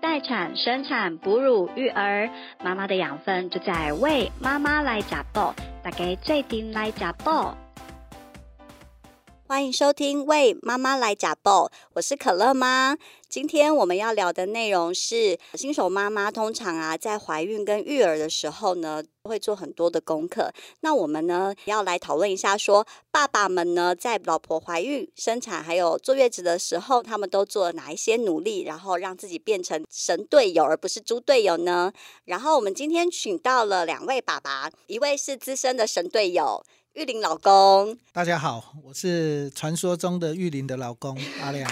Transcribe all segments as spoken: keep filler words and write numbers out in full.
待产、生产、哺乳、育儿，妈妈的养分就在为妈妈来吃饱，大家做阵来吃饱。 欢迎收听为妈妈来吃饱，我是可乐妈。今天我们要聊的内容是新手妈妈通常啊在怀孕跟育儿的时候呢会做很多的功课。那我们呢要来讨论一下说爸爸们呢在老婆怀孕、生产还有坐月子的时候，他们都做了哪一些努力，然后让自己变成神队友而不是猪队友呢？然后我们今天请到了两位爸爸，一位是资深的神队友玉林老公。 大家好，我是传说中的玉林的老公阿亮。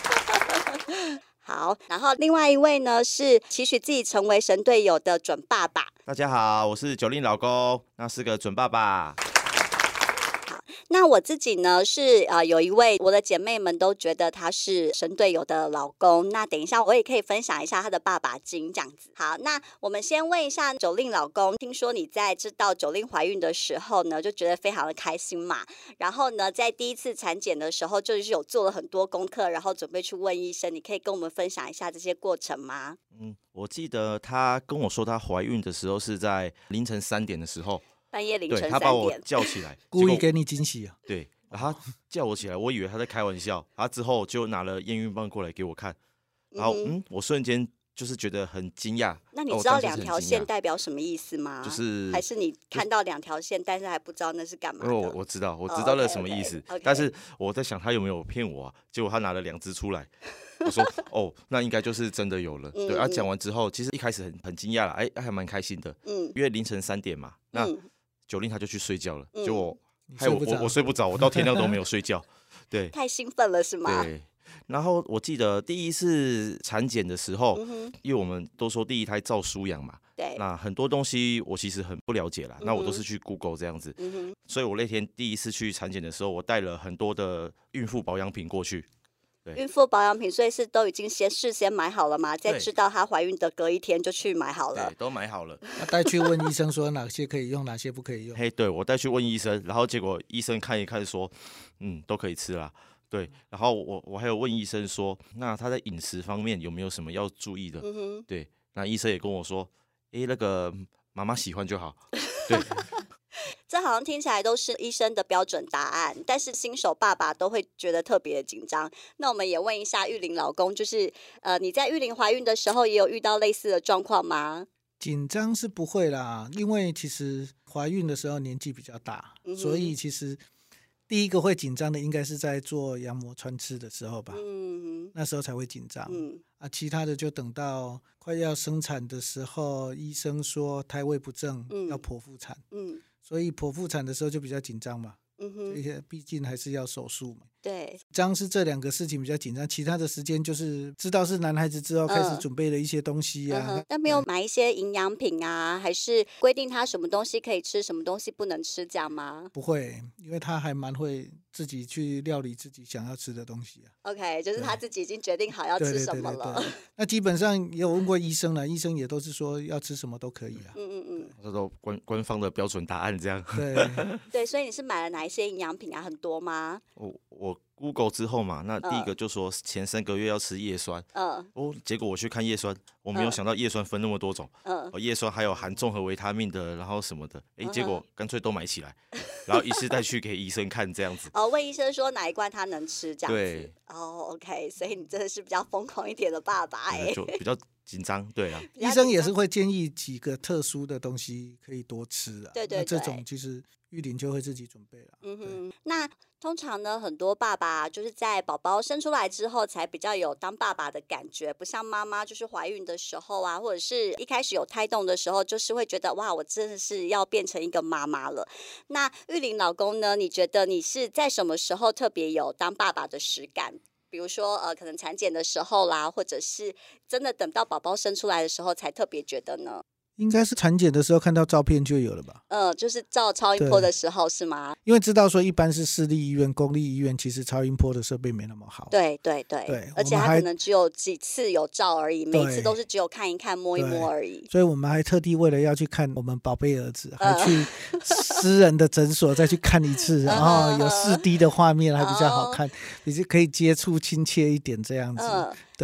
好，然后另外一位呢是期许自己成为神队友的准爸爸。 大家好，我是九令老公，那是个准爸爸。 那我自己呢是呃有一位我的姐妹们都觉得他是神队友的老公，那等一下我也可以分享一下他的爸爸经这样子。好，那我们先问一下九令老公，听说你在知道九令怀孕的时候呢就觉得非常的开心嘛，然后呢在第一次产检的时候就是有做了很多功课，然后准备去问医生，你可以跟我们分享一下这些过程吗？ 嗯，我记得他跟我说他怀孕的时候是在凌晨三点的时候， 半夜凌晨三点， 对，他把我叫起来， 故意给你惊喜啊！ 对，然后他叫我起来，我以为他在开玩笑，他之后就拿了验孕棒过来给我看，然后 嗯, 嗯，我瞬间就是觉得很惊讶。 那你知道两条线代表什么意思吗？ 就是还是你看到两条线，但是还不知道那是干嘛的？ 我我知道，我知道那是什么意思， oh, okay, okay, okay. 但是我在想他有没有骗我啊？结果他拿了两只出来。我说哦，那应该就是真的有了。嗯、对，他、啊、讲完之后，其实一开始很很惊讶了，哎，还蛮开心的。嗯，因为凌晨三点嘛，那九令他就去睡觉了，嗯、结果害我我我睡不着，我到天亮都没有睡觉。对， 太兴奋了是吗？ 对。然后我记得第一次产检的时候，嗯、因为我们都说第一胎照书养嘛， 对， 那很多东西我其实很不了解啦，嗯、那我都是去 Google 这样子，嗯、所以我那天第一次去产检的时候，我带了很多的孕妇保养品过去。 孕妇保养品，所以是都已经先事先买好了吗？在知道她怀孕的隔一天就去买好了， 对，都买好了。 带去问医生说哪些可以用，哪些不可以用。 嘿，对，我带去问医生，然后结果医生看一看说，嗯，都可以吃啦。对，然后我我还有问医生说，那他在饮食方面有没有什么要注意的？嗯、对，那医生也跟我说，哎，那个妈妈喜欢就好。对。 这好像听起来都是医生的标准答案，但是新手爸爸都会觉得特别的紧张。那我们也问一下玉林老公，就是呃，你在玉林怀孕的时候也有遇到类似的状况吗？ 紧张是不会啦，因为其实怀孕的时候年纪比较大，嗯、所以其实第一个会紧张的应该是在做羊膜穿刺的时候吧，嗯、那时候才会紧张。嗯啊，其他的就等到快要生产的时候，医生说胎位不正，嗯、要剖腹产。嗯。所以剖腹产的时候就比较紧张嘛，嗯哼，毕竟还是要手术嘛。 对， 紧张是这两个事情比较紧张，其他的时间就是知道是男孩子之后开始准备了一些东西啊。 嗯、但没有买一些营养品啊，还是规定他什么东西可以吃，什么东西不能吃，这样吗？ 不会，因为他还蛮会自己去料理自己想要吃的东西啊。 OK， 就是他自己已经决定好要吃什么了。 对对对对对，那基本上也有问过医生了，医生也都是说要吃什么都可以啊。 嗯嗯嗯， 这都官官方的标准答案这样。 对对，所以你是买了哪一些营养品啊？很多吗？ 我我 Google 之后嘛，那第一个就说前三个月要吃叶酸。嗯，哦，结果我去看叶酸，我没有想到叶酸分那么多种。嗯，叶酸还有含综合维他命的，然后什么的，哎，结果干脆都买起来，然后一次带去给医生看这样子。 哦，问医生说哪一罐他能吃这样子。 对。 哦 ，OK， 所以你真的是比较疯狂一点的爸爸哎、欸， 就比较紧张，对啊。 医生也是会建议几个特殊的东西可以多吃啊。 对对对， 那这种其实玉林就会自己准备了。 嗯哼，那通常呢，很多爸爸就是在宝宝生出来之后才比较有当爸爸的感觉，不像妈妈就是怀孕的时候啊，或者是一开始有胎动的时候，就是会觉得哇，我真的是要变成一个妈妈了。那玉林老公呢，你觉得你是在什么时候特别有当爸爸的实感？比如说呃，可能产检的时候啦，或者是真的等到宝宝生出来的时候才特别觉得呢？ 应该是产检的时候看到照片就有了吧？ 嗯，就是照超音波的时候是吗？ 因为知道说一般是私立医院、公立医院，其实超音波的设备没那么好。 对对 对, 对，而且他可能只有几次有照而已，每次都是只有看一看、摸一摸而已。 所以我们还特地为了要去看我们宝贝儿子，还去私人的诊所再去看一次，然后有 四 D 的画面还比较好看，也是可以接触亲切一点这样子。对。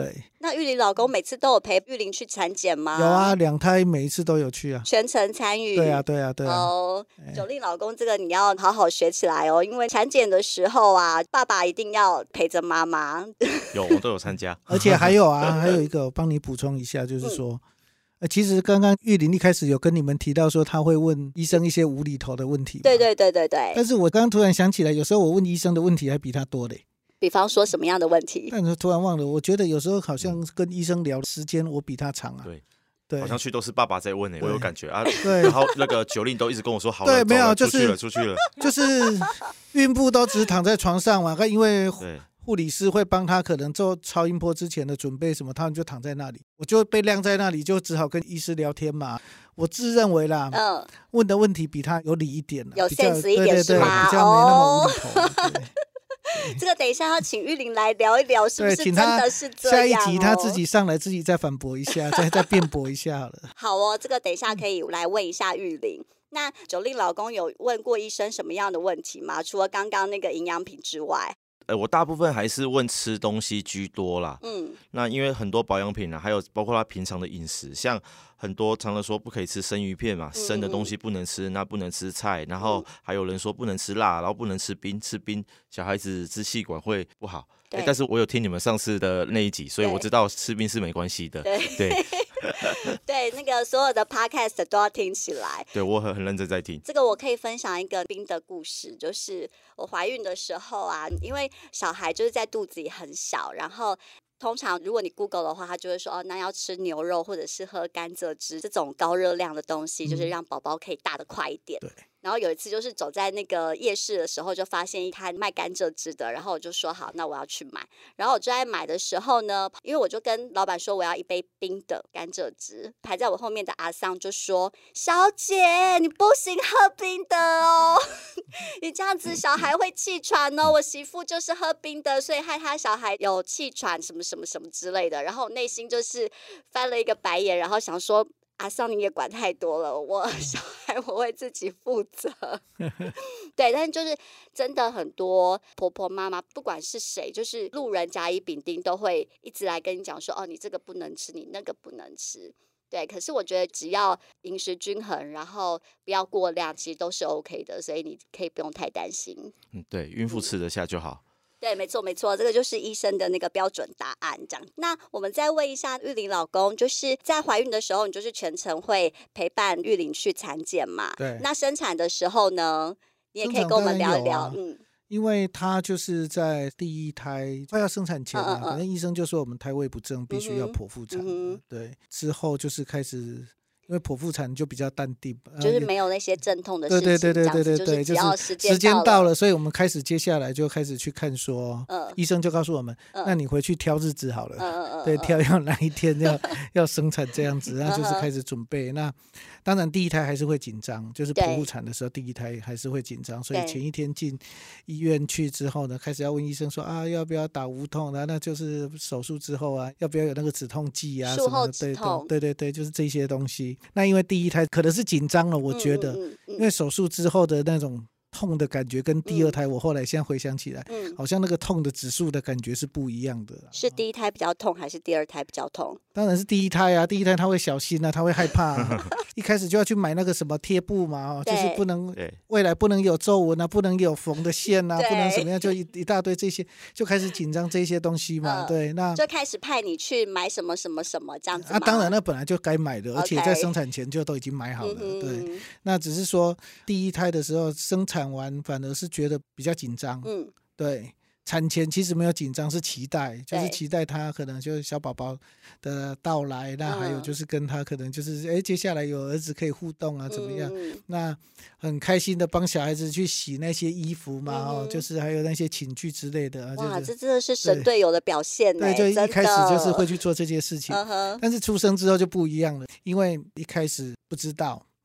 那玉玲老公每次都有陪玉玲去产检吗？ 有啊，两胎每一次都有去啊， 全程参与。 对啊，对啊，对啊。 哦，九令老公，这个你要好好学起来哦，因为产检的时候啊，爸爸一定要陪着妈妈。 有，我都有参加。 而且还有啊，还有一个我帮你补充一下，就是说。嗯呃，其实刚刚玉玲一开始有跟你们提到说，他会问医生一些无厘头的问题。 对对对对对。 但是我刚刚突然想起来，有时候我问医生的问题还比他多嘞。 比方说什么样的问题？ 但是突然忘了，我觉得有时候好像跟医生聊时间，我比他长啊。 对。 对， 好像去都是爸爸在问诶，我有感觉啊。对，然后那个九令都一直跟我说好了， 对，没有，就是出去了，出去了， 就是孕妇都只是躺在床上嘛，因为护理师会帮他可能做超音波之前的准备什么，他们就躺在那里，我就被晾在那里，就只好跟医师聊天嘛。我自认为啦，嗯，问的问题比他有理一点， 有 sense 一点是吗？ 比较没那么无厘头。哦这个等一下要请玉玲来聊一聊，是不是真的是这样、哦？ 下一集他自己上来，自己再反驳一下，再再辩驳一下好了。 好哦，这个等一下可以来问一下玉玲。那九令老公有问过医生什么样的问题吗？除了刚刚那个营养品之外？ 呃，我大部分还是问吃东西居多啦。嗯，那因为很多保养品啊，还有包括他平常的饮食，像很多常常说不可以吃生鱼片嘛，生的东西不能吃，那不能吃菜，然后还有人说不能吃辣，然后不能吃冰，吃冰小孩子支气管会不好。欸、但是我有听你们上次的那一集，所以我知道吃冰是没关系的。 对对对，那个所有的 podcast 都要听起来。 对，我很很认真在听。 这个我可以分享一个冰的故事，就是我怀孕的时候啊，因为小孩就是在肚子里很小，然后通常如果你 Google 的话，他就会说哦，那要吃牛肉或者是喝甘蔗汁这种高热量的东西，嗯、就是让宝宝可以大得快一点。对。然后有一次就是走在那个夜市的时候，就发现一摊卖甘蔗汁的，然后我就说好，那我要去买。然后我就在买的时候呢，因为我就跟老板说我要一杯冰的甘蔗汁，排在我后面的阿桑就说：“小姐，你不行喝冰的哦，你这样子小孩会气喘哦。我媳妇就是喝冰的，所以害他小孩有气喘什么什么什么之类的。”然后我内心就是翻了一个白眼，然后想说。阿桑你也管太多了，我小孩我会自己负责。对，但是就是真的很多婆婆妈妈，不管是谁，就是路人甲乙丙丁都会一直来跟你讲说，哦，你这个不能吃，你那个不能吃。对，可是我觉得只要饮食均衡，然后不要过量，其实都是 OK 的，所以你可以不用太担心。 嗯，对，孕妇吃得下就好。 对，没错没错，这个就是医生的那个标准答案。这样，那我们再问一下玉玲老公，就是在怀孕的时候，你就是全程会陪伴玉玲去产检嘛？ 对。 那生产的时候呢，你也可以跟我们聊一聊。啊、嗯， 因为他就是在第一胎快要生产前啊，嗯嗯嗯反正医生就说我们胎位不正，必须要剖腹产。嗯嗯对，之后就是开始。因为剖腹产就比较淡定， 就是没有那些阵痛的事情， 对对对对对对对， 就是时间到了，所以我们开始接下来就开始去看说，嗯、医生就告诉我们，嗯、那你回去挑日子好了，嗯、对，挑要哪一天要要生产这样子，那就是开始准备。那当然第一胎还是会紧张，就是剖腹产的时候，第一胎还是会紧张，所以前一天进医院去之后呢，开始要问医生说啊，要不要打无痛的？那就是手术之后啊，要不要有那个止痛剂啊什么的？对对对对对，就是这些东西。那因为第一胎可能是紧张了，我觉得，嗯嗯嗯、因为手术之后的那种痛的感觉跟第二胎，我后来现在回想起来，嗯、好像那个痛的指数的感觉是不一样的。 是第一胎比较痛，还是第二胎比较痛？ 当然是第一胎啊，第一胎他会小心啊，他会害怕、啊，一开始就要去买那个什么贴布嘛，就是不能未来不能有皱纹啊，不能有缝的线啊，不能什么样，就 一, 一大堆这些，就开始紧张这些东西嘛。呃、对，那就开始派你去买什么什么什么这样子吗？ 啊，当然那本来就该买的，而且在生产前就都已经买好了。Okay. 对，那只是说第一胎的时候生产完反而是觉得比较紧张。嗯，对。产前其实没有紧张，是期待，就是期待他可能就是小宝宝的到来，那还有就是跟他可能就是哎接下来有儿子可以互动啊怎么样？嗯、那很开心的帮小孩子去洗那些衣服嘛，嗯、哦，就是还有那些寝具之类的。 哇， 就是、 这真的是神队友的表现。 对，就一开始就是会去做这件事情，但是出生之后就不一样了，因为一开始不知道。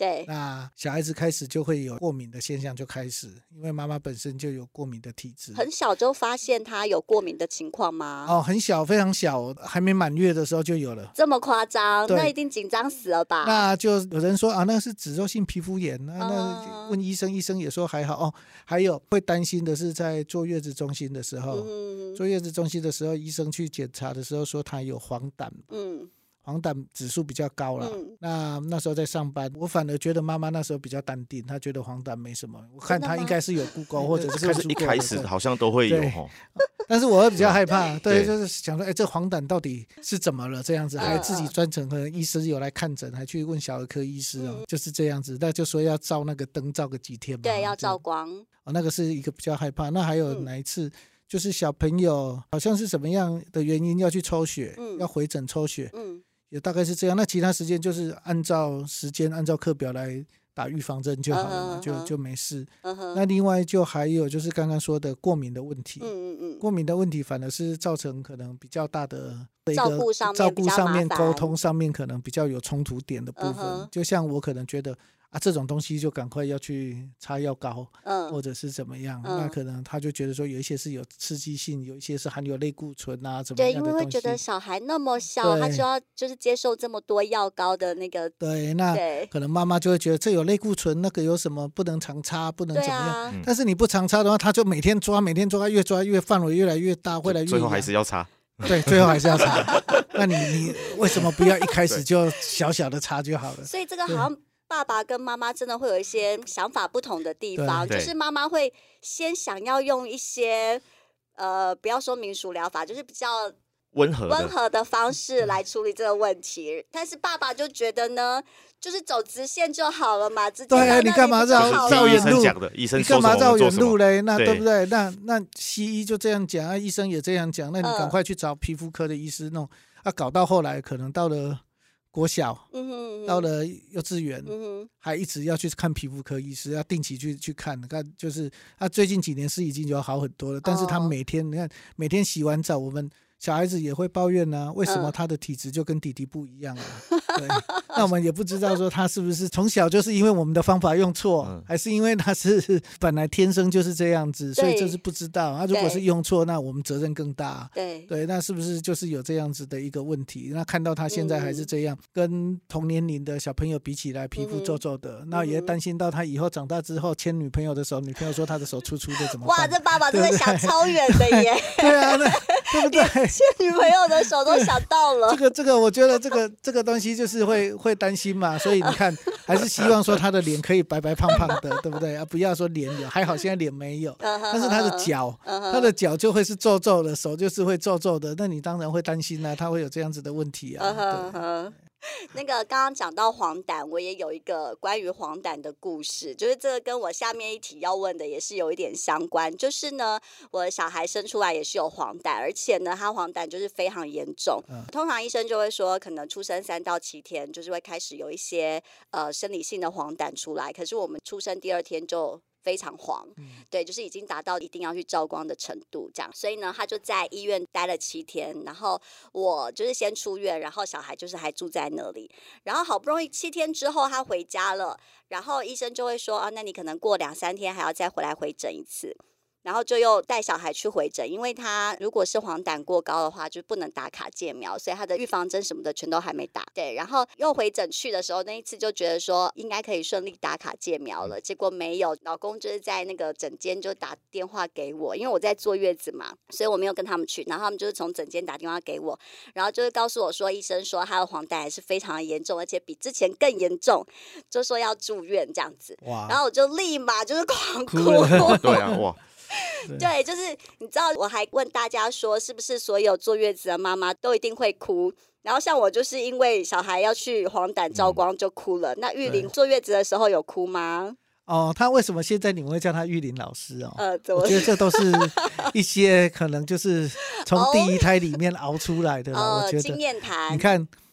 对， 那小孩子开始就会有过敏的现象就开始，因为妈妈本身就有过敏的体质。 很小就发现他有过敏的情况吗？ 哦，很小，非常小，还没满月的时候就有了。 这么夸张？那一定紧张死了吧？ 那就有人说啊，那是脂肉性皮肤炎，那那问医生，医生也说还好哦。还有会担心的是在坐月子中心的时候，嗯、坐月子中心的时候，医生去检查的时候说他有黄疸，嗯，黄疸指数比较高了。嗯、那那时候在上班，我反而觉得妈妈那时候比较淡定，她觉得黄疸没什么。我看她应该是有 Google 或者是看书过的， 一开始好像都会有齁。 但是我会比较害怕，对，就是想说，哎，这黄疸到底是怎么了？这样子，还自己专程可能医师有来看诊，还去问小儿科医师哦，嗯、就是这样子。那就说要照那个灯照个几天嘛， 对，要照光。 哦，那个是一个比较害怕。那还有哪一次？嗯、就是小朋友好像是什么样的原因要去抽血，嗯、要回诊抽血，嗯，也大概是这样。那其他时间就是按照时间、按照课表来打预防针就好了嘛， uh-huh, 就就没事。Uh-huh. 那另外就还有就是刚刚说的过敏的问题，嗯嗯嗯，过敏的问题反而是造成可能比较大的一个照顾上面、 照顾上面、沟通上面可能比较有冲突点的部分。Uh-huh. 就像我可能觉得啊，这种东西就赶快要去擦药膏，嗯，或者是怎么样，嗯、那可能他就觉得说有一些是有刺激性，有一些是含有类固醇啊，怎么样的东西。 对，因为会觉得小孩那么小，他就要就是接受这么多药膏的那个。 对，那可能妈妈就会觉得这有类固醇，那个有什么不能常擦，不能怎么样。啊、但是你不常擦的话，他就每天抓，每天抓，越抓越范围越来越大，会来越最后还是要擦。 对，最后还是要擦。那你你为什么不要一开始就小小的擦就好了？ 所以这个好像。爸爸跟妈妈真的会有一些想法不同的地方，就是妈妈会先想要用一些呃，不要说民俗疗法，就是比较温和温和的方式来处理这个问题，但是爸爸就觉得呢，就是走直线就好了嘛，直接对、啊，你干嘛绕绕远路？ 医生你干嘛绕远路嘞？那对不对？那那西医就这样讲啊，医生也这样讲，那你赶快去找皮肤科的医师弄、嗯、啊，搞到后来可能到了国小，嗯哼嗯哼到了幼稚园、嗯，还一直要去看皮肤科医师，要定期去去看。看就是他最近几年是已经有好很多了，但是他每天、哦、你看每天洗完澡，我们小孩子也会抱怨啊，为什么他的体质就跟弟弟不一样啊？嗯、对，那我们也不知道说他是不是从小就是因为我们的方法用错、嗯，还是因为他是本来天生就是这样子，所以这是不知道。他、啊、如果是用错，那我们责任更大。 对对，那是不是就是有这样子的一个问题？那看到他现在还是这样，嗯、跟同年龄的小朋友比起来，皮肤皱皱的，嗯、那也担心到他以后长大之后牵女朋友的时候，女朋友说他的手粗粗的怎么办？ 哇，这爸爸真的想超远的耶！ 对啊，那对不对？ 牵女朋友的手都想到了。 这个这个，我觉得这个这个东西就是会会担心嘛，所以你看，还是希望说他的脸可以白白胖胖的，对不对啊？不要说脸有，还好现在脸没有，但是他的脚，他的脚就会是皱皱的，手就是会皱皱的，那你当然会担心啊，他会有这样子的问题啊。对那个刚刚讲到黄疸，我也有一个关于黄疸的故事，就是这个跟我下面一题要问的也是有一点相关。就是呢，我的小孩生出来也是有黄疸，而且呢，他黄疸就是非常严重。嗯、通常医生就会说，可能出生三到七天，就是会开始有一些呃生理性的黄疸出来。可是我们出生第二天就非常黄，对，就是已经达到一定要去照光的程度，这样。所以呢，他就在医院待了七天，然后我就是先出院，然后小孩就是还住在那里，然后好不容易七天之后他回家了，然后医生就会说啊，那你可能过两三天还要再回来回诊一次。然后就又带小孩去回诊，因为他如果是黄疸过高的话，就不能打卡介苗，所以他的预防针什么的全都还没打。对，然后又回诊去的时候，那一次就觉得说应该可以顺利打卡介苗了，结果没有。老公就是在那个诊间就打电话给我，因为我在坐月子嘛，所以我没有跟他们去，然后他们就是从诊间打电话给我，然后就是告诉我说，医生说他的黄疸还是非常严重，而且比之前更严重，就说要住院这样子。哇！然后我就立马就是狂哭。 对啊，哇！ 对，就是你知道，我还问大家说，是不是所有坐月子的妈妈都一定会哭？然后像我就是因为小孩要去黄疸照光就哭了。嗯、那玉玲坐月子的时候有哭吗？ 哦，他为什么现在你们会叫他玉玲老师哦？呃，我觉得这都是一些可能就是从第一胎里面熬出来的了。哦、我觉得经验谈， 你看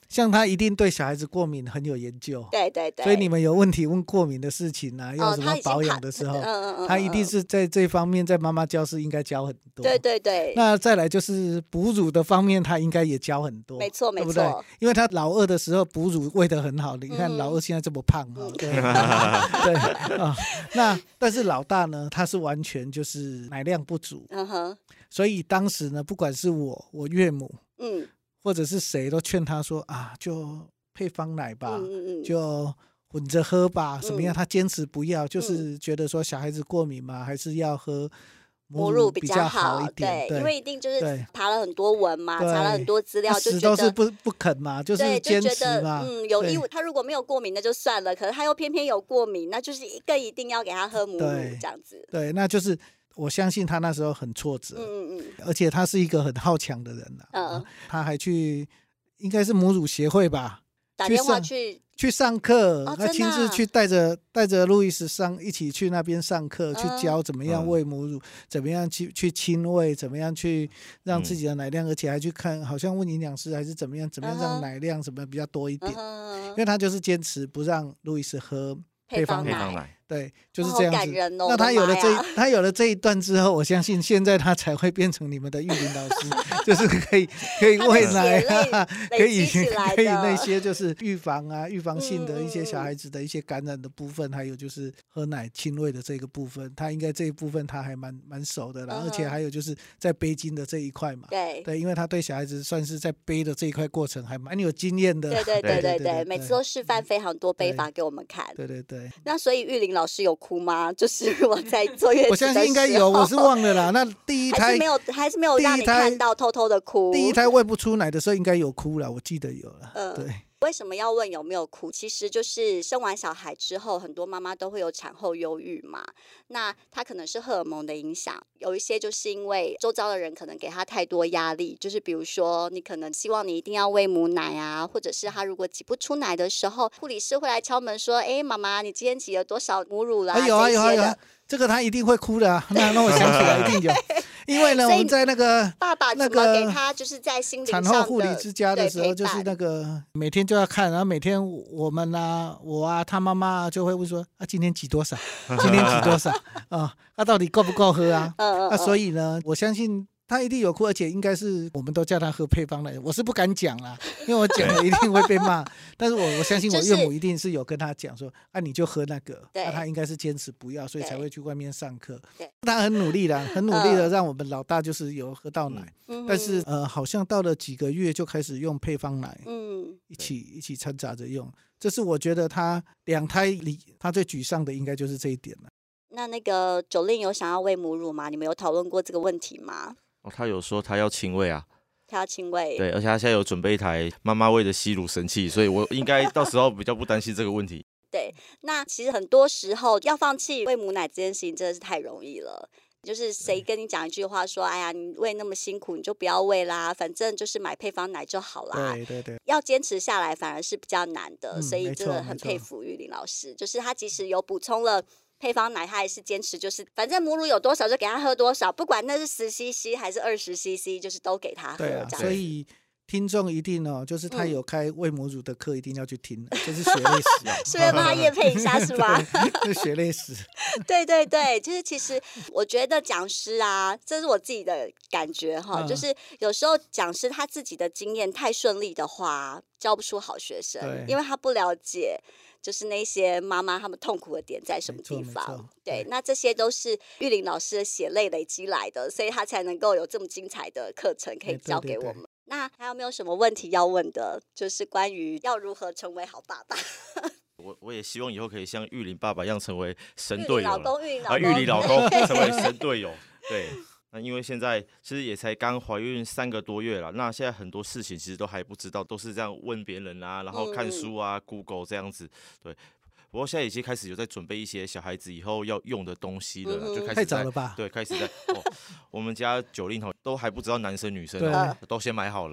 像他一定对小孩子过敏很有研究， 对对对， 所以你们有问题问过敏的事情啊，要什么保养的时候， 哦、 他一定是在这方面在妈妈教室应该教很多。 对对对。 那再来就是哺乳的方面，他应该也教很多。 没错没错， 对不对？因为他老二的时候哺乳喂得很好，你看老二现在这么胖哈、嗯，对对啊、哦。那但是老大呢，他是完全就是奶量不足，嗯哼。所以当时呢，不管是我、我岳母，嗯，或者是谁都劝他说啊，就配方奶吧，嗯嗯嗯，就混着喝吧，什么样？他坚持不要，就是觉得说小孩子过敏嘛，还是要喝母乳比较好一点， 对，对，因为一定就是爬了很多文嘛，查了很多资料，就死都是不不肯嘛，就是坚持嘛。 嗯，有义务，他如果没有过敏那就算了，可是他又偏偏有过敏，那就是一个一定要给他喝母乳这样子。 对，那就是我相信他那时候很挫折，嗯嗯嗯，而且他是一个很好强的人啊，嗯，他还去应该是母乳协会吧， 打电话去。 去上课， 哦、 他亲自去带着带着路易斯上一起去那边上课，嗯、去教怎么样喂母乳，嗯、怎么样去去亲喂，怎么样去让自己的奶量，嗯、而且还去看，好像问营养师还是怎么样，怎么样让奶量什么比较多一点，嗯、因为他就是坚持不让路易斯喝配方奶。 配方奶对，就是这样子。 好感人哦、 那他有了这他有了这一段之后，我相信现在他才会变成你们的玉林老师，就是可以可以喂奶啊，可以可以那些就是预防啊，预防性的一些小孩子的一些感染的部分，嗯、还有就是喝奶亲喂的这个部分，他应该这一部分他还蛮蛮熟的啦，嗯、而且还有就是在背经的这一块嘛， 对对，因为他对小孩子算是在背的这一块过程还蛮有经验的， 对对对对 对, 对，每次都示范非常多背法给我们看， 对对 对, 对。 那所以玉林老师有哭吗？就是我在坐月子的时候， 我相信应该有，我是忘了啦。那第一胎还是没有，还是没有让你看到偷偷的哭。 第一胎喂不出奶的时候，应该有哭了，我记得有了。嗯，对。 为什么要问有没有哭？其实就是生完小孩之后，很多妈妈都会有产后忧郁嘛。那她可能是荷尔蒙的影响，有一些就是因为周遭的人可能给她太多压力，就是比如说你可能希望你一定要喂母奶啊，或者是她如果挤不出奶的时候，护理师会来敲门说：“哎，妈妈，你今天挤了多少母乳啦？” 有啊有啊有啊，这个她一定会哭的啊。那那我想起来一定有。因为呢，我们在那个爸爸怎么给他就是在心灵上的产后护理之家的时候，就是那个每天就要看，然后每天我们啊，我啊，他妈妈就会问说啊，今天挤多少？今天挤多少？啊，他到底够不够喝啊？啊，所以呢，我相信。他一定有哭，而且应该是我们都叫他喝配方奶，我是不敢讲啦，因为我讲了一定会被骂。但是我我相信我岳母一定是有跟他讲说，啊你就喝那个，那他应该是坚持不要，所以才会去外面上课。他很努力的，很努力的让我们老大就是有喝到奶，嗯、但是呃好像到了几个月就开始用配方奶，嗯，一起一起掺杂着用。这是我觉得他两胎里他最沮丧的应该就是这一点了。 那那个Jolin有想要喂母乳吗？你们有讨论过这个问题吗？ 哦，他有说他要亲喂啊， 他要亲喂， 对，而且他现在有准备一台妈妈喂的吸乳神器，所以我应该到时候比较不担心这个问题。 对，那其实很多时候要放弃喂母奶这件事情真的是太容易了。就是谁跟你讲一句话说，哎呀，你喂那么辛苦，你就不要喂啦，反正就是买配方奶就好啦。 对对对， 要坚持下来反而是比较难的，嗯、所以真的很佩服玉林老师，就是他即使有补充了。配方奶他还是坚持，就是反正母乳有多少就给他喝多少，不管那是十 C C 还是二十 C C， 就是都给他喝。 对啊，所以听众一定哦，就是他有开喂母乳的课，一定要去听，嗯、就是血泪史啊。 是要帮他业配一下是吗？ 是血泪史。 对对对，就是其实我觉得讲师啊，这是我自己的感觉哈，嗯、就是有时候讲师他自己的经验太顺利的话，教不出好学生，因为他不了解。就是那些妈妈她们痛苦的点在什么地方？对，那这些都是玉林老师的血泪累积来的，所以他才能够有这么精彩的课程可以教给我们。对对对，那还有没有什么问题要问的？就是关于要如何成为好爸爸。 我我也希望以后可以像玉林爸爸一样成为神队友， 老公，玉林老公， 啊，玉林老公成为神队友，对。那因为现在其实也才刚怀孕三个多月了，那现在很多事情其实都还不知道，都是这样问别人啊，然后看书啊、嗯、Google 这样子，对。不过现在已经开始有在准备一些小孩子以后要用的东西了啦，嗯、就开始在太早了吧？ 对，开始在、哦、我们家Jolin都还不知道男生女生、哦，都先买好了。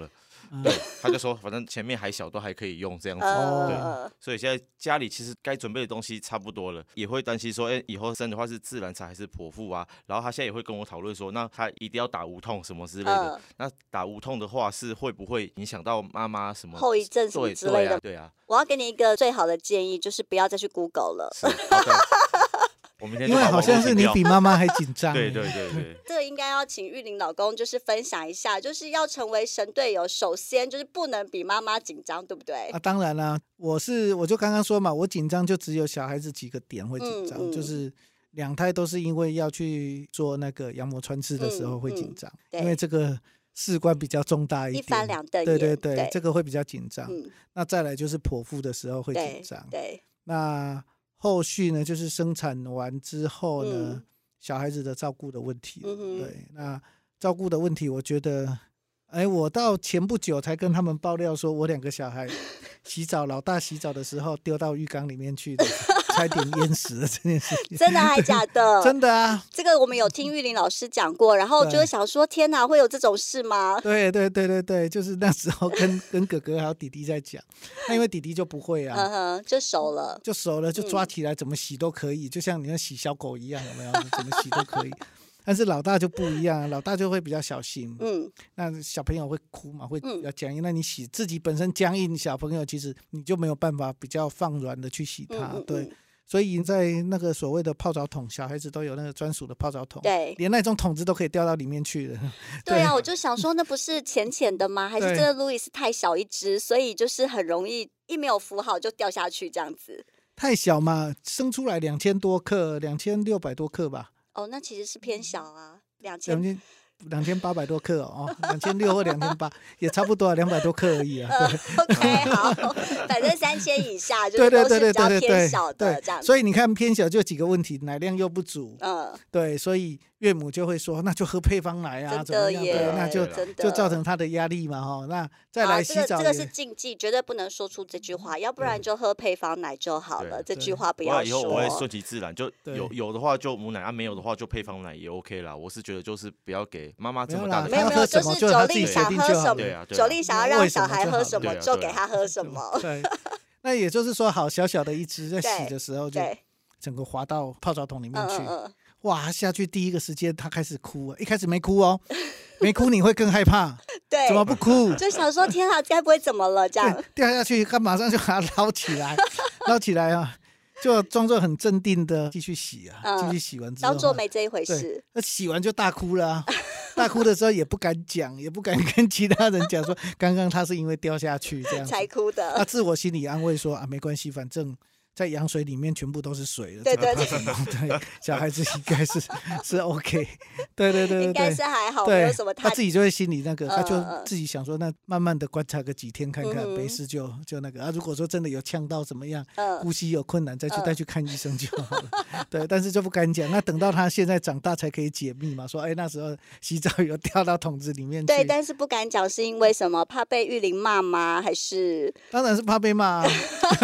对，他就说反正前面还小，都还可以用这样子。 呃、 对，所以现在家里其实该准备的东西差不多了，也会担心说，哎、欸，以后生的话是自然产还是剖腹啊？然后他现在也会跟我讨论说，那他一定要打无痛什么之类的。呃、那打无痛的话，是会不会影响到妈妈什么后遗症什么之类的？ 对啊，对啊。 我要给你一个最好的建议，就是不要再去 Google 了。 是，我明天就因为好像是你比妈妈还紧张。 对对对对， 这个应该要请玉玲老公就是分享一下，就是要成为神队友，首先就是不能比妈妈紧张，对不对？ 啊，当然啦、啊，我是我就刚刚说嘛，我紧张就只有小孩子几个点会紧张、嗯嗯，就是两胎都是因为要去做那个羊膜穿刺的时候会紧张、嗯嗯，因为这个事关比较重大一点， 一翻两瞪眼， 对对 对, 对， 这个会比较紧张、嗯。那再来就是剖腹的时候会紧张， 对， 那后续呢，就是生产完之后呢，嗯、小孩子的照顾的问题、嗯，对，那照顾的问题，我觉得，哎，我到前不久才跟他们爆料说，我两个小孩洗澡，老大洗澡的时候丢到浴缸里面去的。差点淹死了这件事情， 真的还假的？ 真的啊！ 这个我们有听玉玲老师讲过，然后就会想说：天哪，会有这种事吗？ 对对对对对，就是那时候跟跟哥哥还有弟弟在讲，那因为弟弟就不会啊， 嗯哼，就熟了， 就熟了，就抓起来怎么洗都可以，嗯、就像你要洗小狗一样，有没有？怎么洗都可以。但是老大就不一样，老大就会比较小心，嗯，那小朋友会哭嘛，会比较僵硬、嗯。那你洗自己本身僵硬，小朋友其实你就没有办法比较放软的去洗它，嗯、对。嗯所以在那个所谓的泡澡桶，小孩子都有那个专属的泡澡桶， 对， 连那种桶子都可以掉到里面去的。 对啊，我就想说，那不是浅浅的吗？还是这个路易斯太小一只，所以就是很容易一没有扶好就掉下去这样子。 太小嘛，生出来两千多克，两千六百多克吧。 哦，那其实是偏小啊，两千。 两千八百多克哦，两千六或两千八也差不多啊，两百多克而已啊。 对、呃、，OK， 好，反正三千以下就是都是比较偏小的这样。 所以你看偏小就几个问题，奶量又不足，嗯，对，所以岳母就会说，那就喝配方奶啊，怎么样？对，那就就造成他的压力嘛，哈。那再来洗澡、 啊，这个这个是禁忌，绝对不能说出这句话，要不然就喝配方奶就好了。这句话不要说。 以后我会顺其自然，就有有的话就母奶啊，没有的话就配方奶也 OK 啦。我是觉得就是不要给妈妈这么大的， 没有没有，就是九令想喝什么，九令想要让小孩喝什么就给他喝什么。 对，那也就是说，好小小的一只在洗的时候就整个滑到泡澡桶里面去。哇，下去第一个时间他开始哭，一开始没哭哦，没哭你会更害怕， 对， 怎么不哭？ 就想说天啊，该不会怎么了这样？ 掉下去，他马上就把它捞起来，捞起来啊，就装作很镇定的继续洗啊，继、嗯、续洗完之后当做没这一回事。 那洗完就大哭了、啊，大哭的时候也不敢讲，也不敢跟其他人讲说，刚刚他是因为掉下去这样才哭的。 他自我心理安慰说啊，没关系，反正。在羊水里面全部都是水了， 对对对， 对，小孩子应该是是 OK， 对对对对， 应该是还好，没有什么太。 他自己就会心里那个，他就自己想说，那慢慢的观察个几天看看，嗯、没事就就那个啊。如果说真的有呛到怎么样，嗯、呼吸有困难，再去带去看医生就好了。对，但是就不敢讲。那等到他现在长大才可以解密嘛，说哎那时候洗澡有掉到桶子里面去。 对，但是不敢讲是因为什么？怕被玉玲骂吗？还是？ 当然是怕被骂、啊。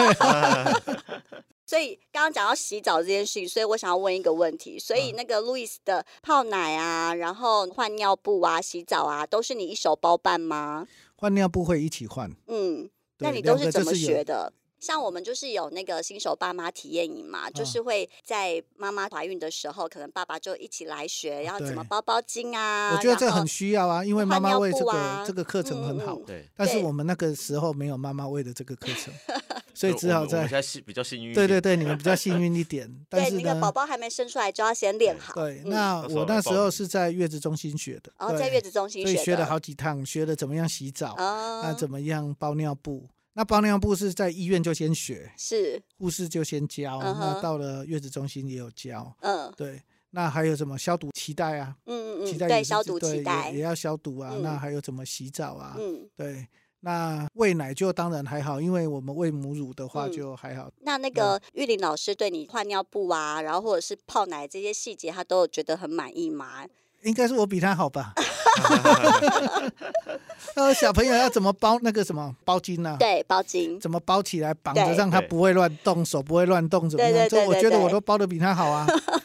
所以刚刚讲到洗澡这件事情，所以我想要问一个问题，所以那个路易斯的泡奶啊，然后换尿布啊、洗澡啊，都是你一手包办吗？ 换尿布会一起换。 嗯，那你都是怎么学的？像我们就是有那个新手爸妈体验营嘛，就是会在妈妈怀孕的时候，可能爸爸就一起来学，然后怎么包包巾啊。 我觉得这很需要啊，因为妈妈喂这个、啊、这个课程很好。 对、嗯， 但是我们那个时候没有妈妈喂的这个课程。所以只好在， 我们现在比较幸运， 对对对，你们比较幸运一点。但是对，那个宝宝还没生出来就要先练好。 对，那我那时候是在月子中心学的， 哦，在月子中心学的， 所以学了好几趟，学了怎么样洗澡，哦、那怎么样包尿布。那包尿布是在医院就先学， 是护士就先教，嗯、那到了月子中心也有教，嗯，对。那还有什么消毒脐带啊？嗯嗯嗯， 对，消毒脐带也, 也要消毒啊、嗯。那还有怎么洗澡啊？嗯，对。那喂奶就当然还好，因为我们喂母乳的话就还好。嗯、 那那个玉玲老师对你换尿布啊，然后或者是泡奶这些细节，他都有觉得很满意吗？ 应该是我比他好吧。那小朋友要怎么包那个什么包巾啊？ 对，包巾怎么包起来绑着，让他不会乱动，手不会乱动，怎么样？这我觉得我都包得比他好啊。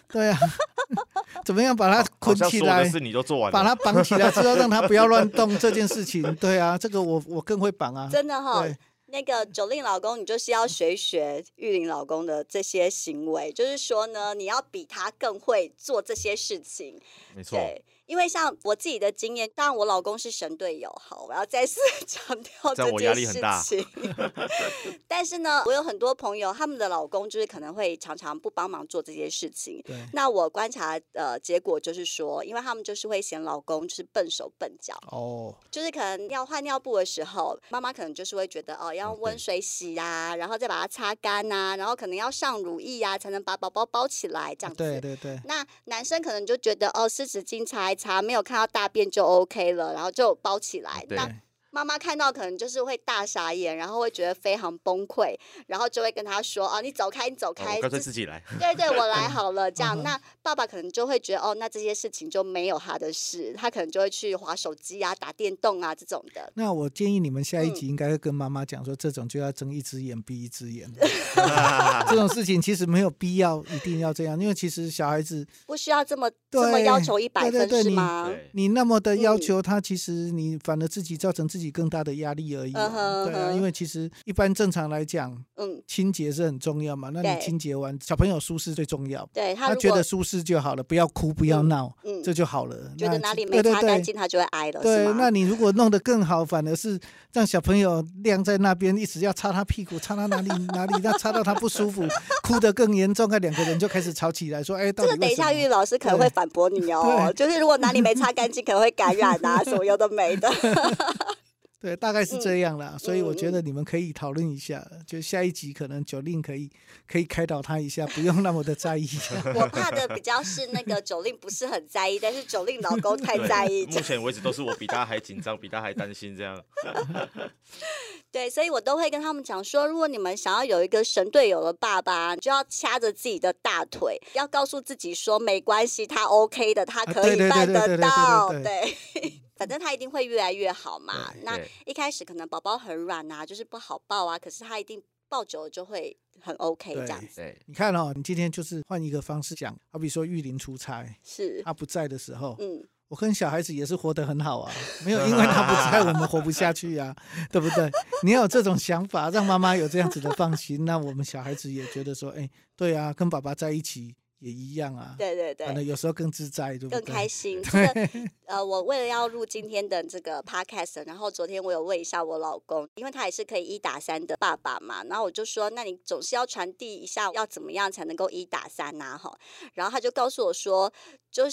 对啊，怎么样把他捆起来？ 是你都做完了， 把他绑起来之后，让他不要乱动这件事情。对啊，这个我我更会绑啊。 真的哈、哦。那个九令老公，你就是要学一学玉玲老公的这些行为，就是说呢，你要比他更会做这些事情。 没错。 对，因为像我自己的经验，当然我老公是神队友，好，我要再次强调这件事情。但是呢，我有很多朋友，他们的老公就是可能会常常不帮忙做这些事情。那我观察呃结果就是说，因为他们就是会嫌老公就是笨手笨脚哦，就是可能要换尿布的时候，妈妈可能就是会觉得哦要温水洗啊，然后再把它擦干啊，然后可能要上乳液啊，才能把宝宝包起来这样子。 对对对。 那男生可能就觉得哦湿纸巾擦一擦，没有看到大便就 OK 了，然后就包起来。那妈妈看到可能就是会大傻眼，然后会觉得非常崩溃，然后就会跟他说：“哦，你走开，你走开， 哦、干脆自己来。” 对对，我来好了。这样，那爸爸可能就会觉得哦，那这些事情就没有他的事，他可能就会去滑手机啊、打电动啊这种的。 那我建议你们下一集应该会跟妈妈讲说，这种就要睁一只眼闭一只眼。这种事情其实没有必要一定要这样，因为其实小孩子不需要这么这么要求一百分是吗？ 你, 你那么的要求他，其实你反而自己造成自己更大的压力而已、啊。Uh-huh, 对啊，因为其实一般正常来讲，嗯，清洁是很重要嘛。那你清洁完，小朋友舒适最重要。 对 他, 他觉得舒适就好了，不要哭，不要闹、嗯嗯，这就好了。 觉得哪里没擦干净，他就会挨了。 对，那你如果弄得更好，反而是让小朋友晾在那边，一直要擦他屁股，擦他哪里哪里，那擦到他不舒服，哭得更严重，那两个人就开始吵起来，说：“哎，到底为什么？”这个等一下玉老师可能会反驳你哦，就是如果哪里没擦干净，可能会感染啊，什么有的没的。 对，大概是这样啦、嗯、所以我觉得你们可以讨论一下、嗯、就下一集可能九令可以可以开导他一下，不用那么的在意。 我怕的比较是那个九令不是很在意，但是九令老公太在意。 目前为止都是我比他还紧张，比他还担心这样。 对，所以我都会跟他们讲说，如果你们想要有一个神队友的爸爸，就要掐着自己的大腿，要告诉自己说没关系，他 OK 的，他可以办得到。对。反正他一定会越来越好嘛。那一开始可能宝宝很软啊，就是不好抱啊，可是他一定抱久了就会很 OK 这样子。 你看哦，你今天就是换一个方式讲，好比说玉玲出差， 是他不在的时候，嗯，我跟小孩子也是活得很好啊，没有因为他不在我们活不下去啊，对不对？你要有这种想法，让妈妈有这样子的放心，那我们小孩子也觉得说，哎，对啊，跟爸爸在一起也一样啊， 对对对， 反正有时候更自在，对不对？ 更开心。这个呃，我为了要录今天的这个 podcast， 然后昨天我有问一下我老公，因为他也是可以一打三的爸爸嘛，然后我就说，那你总是要传递一下要怎么样才能够一打三呐？哈，然后他就告诉我说，就是。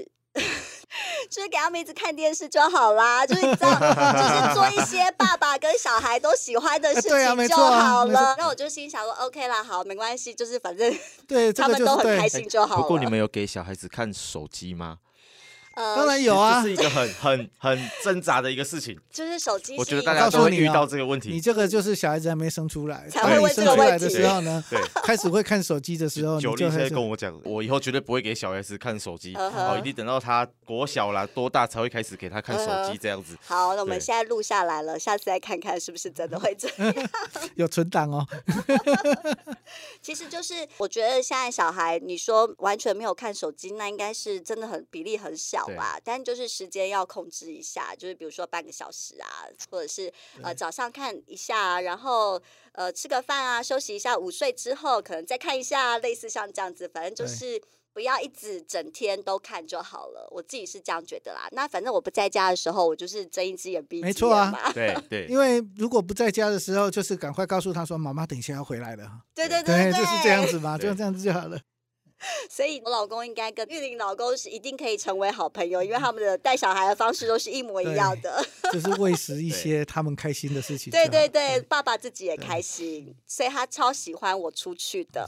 就是给他们一直看电视就好啦，就是你知道，就是做一些爸爸跟小孩都喜欢的事情就好了。那、啊啊、我就心想说 ，OK 啦，好，没关系，就是反正对他们都很开心就好了。 不过你们有给小孩子看手机吗？ 呃， 当然有啊， 这是一个很很很挣扎的一个事情。 就是手机， 我觉得大家都会遇到这个问题。 你这个就是小孩子还没生出来， 才会问这个问题。 生出来的时候呢，对，开始会看手机的时候， 九令在跟我讲，我以后绝对不会给小孩子看手机，哦、uh-huh. ，一定等到他国小啦多大才会开始给他看手机这样子。 Uh-huh. 好，那我们现在录下来了，下次再看看是不是真的会这样。 有存档哦。 其实就是我觉得现在小孩，你说完全没有看手机，那应该是真的很比例很小吧，但就是时间要控制一下，就是比如说半个小时啊，或者是呃早上看一下，然后呃吃个饭啊，休息一下，午睡之后可能再看一下，类似像这样子，反正就是不要一直整天都看就好了。我自己是这样觉得啦。那反正我不在家的时候，我就是睁一只眼闭一只眼嘛。 没错啊， 对对。 因为如果不在家的时候，就是赶快告诉他说：“妈妈等一下要回来了。” 对对 对, 对, 对，就是这样子嘛，就这样子就好了。 所以我老公应该跟玉玲老公是一定可以成为好朋友，因为他们的带小孩的方式都是一模一样的， 就是喂食一些他们开心的事情。 对对对，爸爸自己也开心，所以他超喜欢我出去的。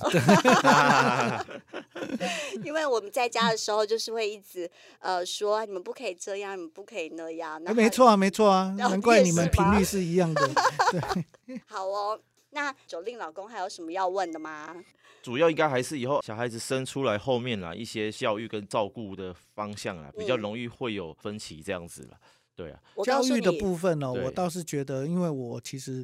因为我们在家的时候就是会一直呃说你们不可以这样，你们不可以那样。 欸、没错啊，没错啊，难怪你们频率是一样的。对， 好哦。那九令老公还有什么要问的吗？ 主要应该还是以后小孩子生出来后面啦，一些教育跟照顾的方向啦，比较容易会有分歧这样子啦。对啊， 教育的部分呢、喔，我倒是觉得，因为我其实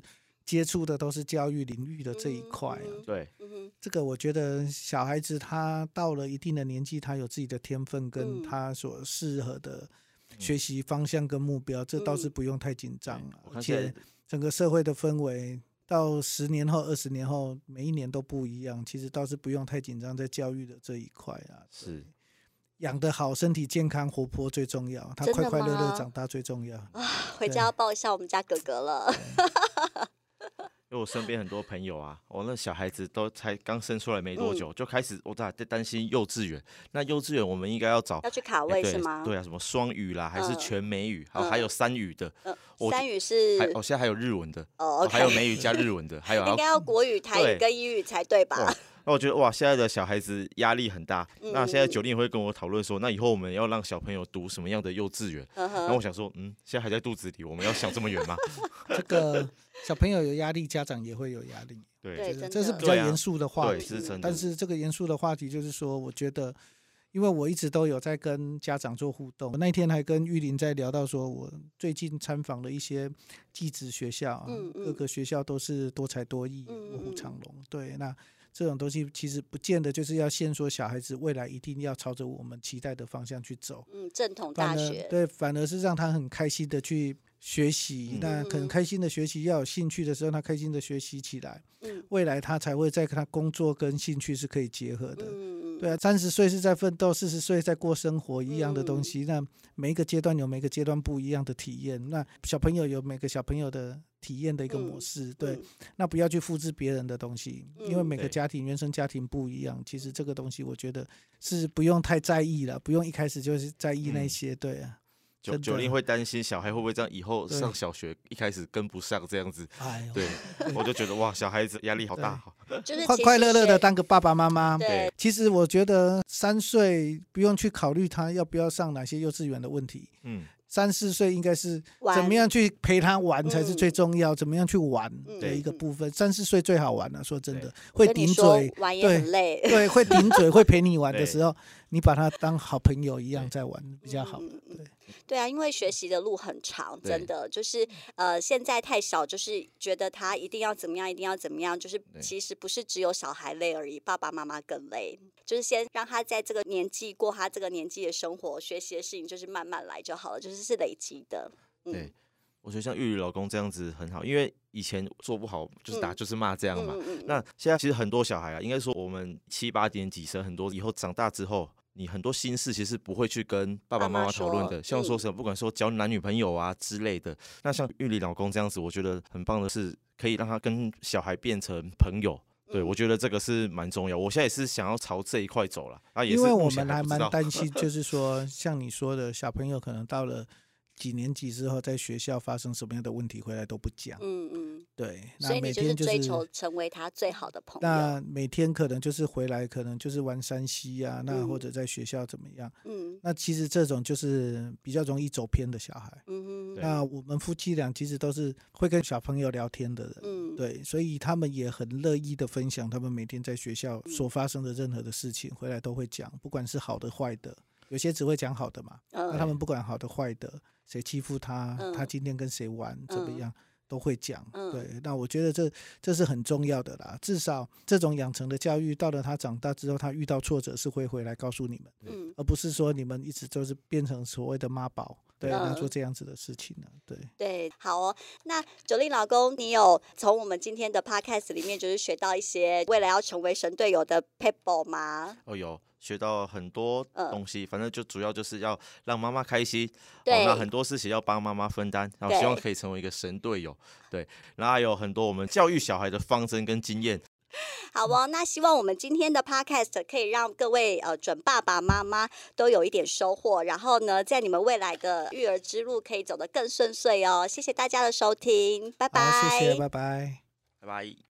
接触的都是教育领域的这一块啊。 嗯、 对， 这个我觉得小孩子他到了一定的年纪，他有自己的天分跟他所适合的学习方向跟目标，嗯、这倒是不用太紧张了。而且整个社会的氛围到十年后、二十年后，每一年都不一样，其实倒是不用太紧张在教育的这一块啊。 是。 养得好，身体健康活泼最重要，他快快乐乐长大最重要啊！ 回家要抱一下我们家哥哥了。 因为我身边很多朋友啊，我、哦、那小孩子都才刚生出来没多久，嗯、就开始我在担心幼稚园。那幼稚园我们应该要找要去卡位、欸、是吗？ 对啊，什么双语啦，还是全美语，嗯、还有三语的。 嗯、三语是还哦，现在还有日文的哦、okay 还有美语加日文的，还有应该要国语、台语跟英语才对吧？ 哦那我觉得哇，现在的小孩子压力很大。嗯、那现在九令也会跟我讨论说，那以后我们要让小朋友读什么样的幼稚园？然后、嗯、我想说，嗯，现在还在肚子里，我们要想这么远吗？ 这个小朋友有压力，家长也会有压力。 对， 这是比较严肃的话题。 对啊、 但是这个严肃的话题就是说，我觉得，因为我一直都有在跟家长做互动。那一天还跟玉林在聊到说，我最近参访了一些技职学校、啊嗯嗯，各个学校都是多才多艺、卧虎藏龙。对，那。这种东西其实不见得就是要限缩小孩子未来一定要朝着我们期待的方向去走。 嗯，正统大学对，反而是让他很开心的去学习。嗯、那很开心的学习，要有兴趣的时候，他开心的学习起来，嗯、未来他才会在他工作跟兴趣是可以结合的。嗯、对啊，三十岁是在奋斗，四十岁在过生活一样的东西。嗯、那每一个阶段有每个阶段不一样的体验。那小朋友有每个小朋友的体验的一个模式，嗯、对、嗯，那不要去复制别人的东西，嗯、因为每个家庭原生家庭不一样，其实这个东西我觉得是不用太在意了，不用一开始就是在意那些，嗯、对啊。 九九令会担心小孩会不会这样以后上小学一开始跟不上这样子，对，我就觉得哇，小孩子压力好大， 就是快快乐乐的当个爸爸妈妈。对，其实我觉得三岁不用去考虑他要不要上哪些幼稚园的问题，嗯。三四岁应该是怎么样去陪他玩才是最重要，嗯、怎么样去玩的一个部分。嗯、三四岁最好玩了，啊，说真的，会顶嘴， 玩也很累， 对，对，会顶嘴，会陪你玩的时候，你把他当好朋友一样在玩比较好。对， 对啊，因为学习的路很长，真的就是呃，现在太小，就是觉得他一定要怎么样，一定要怎么样，就是其实不是只有小孩累而已，爸爸妈妈更累。就是先让他在这个年纪过他这个年纪的生活，学习的事情就是慢慢来就好了，就是是累积的。嗯、 对，我觉得像玉宇老公这样子很好，因为以前做不好就是打、嗯、就是骂这样嘛。嗯嗯嗯、那现在其实很多小孩啊，应该说我们七八年级生很多以后长大之后，你很多心事其实不会去跟爸爸妈妈讨论的，像说什么不管说交男女朋友啊之类的。那像玉里老公这样子，我觉得很棒的是可以让他跟小孩变成朋友。对，我觉得这个是蛮重要。我现在也是想要朝这一块走了，啊，也是因为我们还蛮担心，就是说像你说的，小朋友可能到了几年级之后，在学校发生什么样的问题回来都不讲。嗯嗯，对， 所以你就是追求成为他最好的朋友。 那每天可能就是回来，可能就是玩山西啊，那或者在学校怎么样？嗯，那其实这种就是比较容易走偏的小孩。嗯哼，那我们夫妻俩其实都是会跟小朋友聊天的人。嗯，对，所以他们也很乐意的分享他们每天在学校所发生的任何的事情，回来都会讲，不管是好的坏的。有些只会讲好的嘛，嗯、那他们不管好的坏的，谁欺负他，嗯、他今天跟谁玩、嗯、怎么样，都会讲。嗯、对，那我觉得这这是很重要的啦。至少这种养成的教育，到了他长大之后，他遇到挫折是会回来告诉你们，嗯、而不是说你们一直就是变成所谓的妈宝。对，那做这样子的事情呢？对对，好哦。那九令老公，你有从我们今天的 podcast 里面，就是学到一些未来要成为神队友的 people 吗？ 哦，有。学到很多东西、嗯，反正就主要就是要让妈妈开心， 对、 哦，那很多事情要帮妈妈分担，然后希望可以成为一个神队友，对，然后还有很多我们教育小孩的方针跟经验。 好哦，那希望我们今天的 podcast 可以让各位呃准爸爸妈妈都有一点收获，然后呢，在你们未来的育儿之路可以走得更顺遂哦。谢谢大家的收听，拜拜。 好，谢谢，拜拜， 拜拜。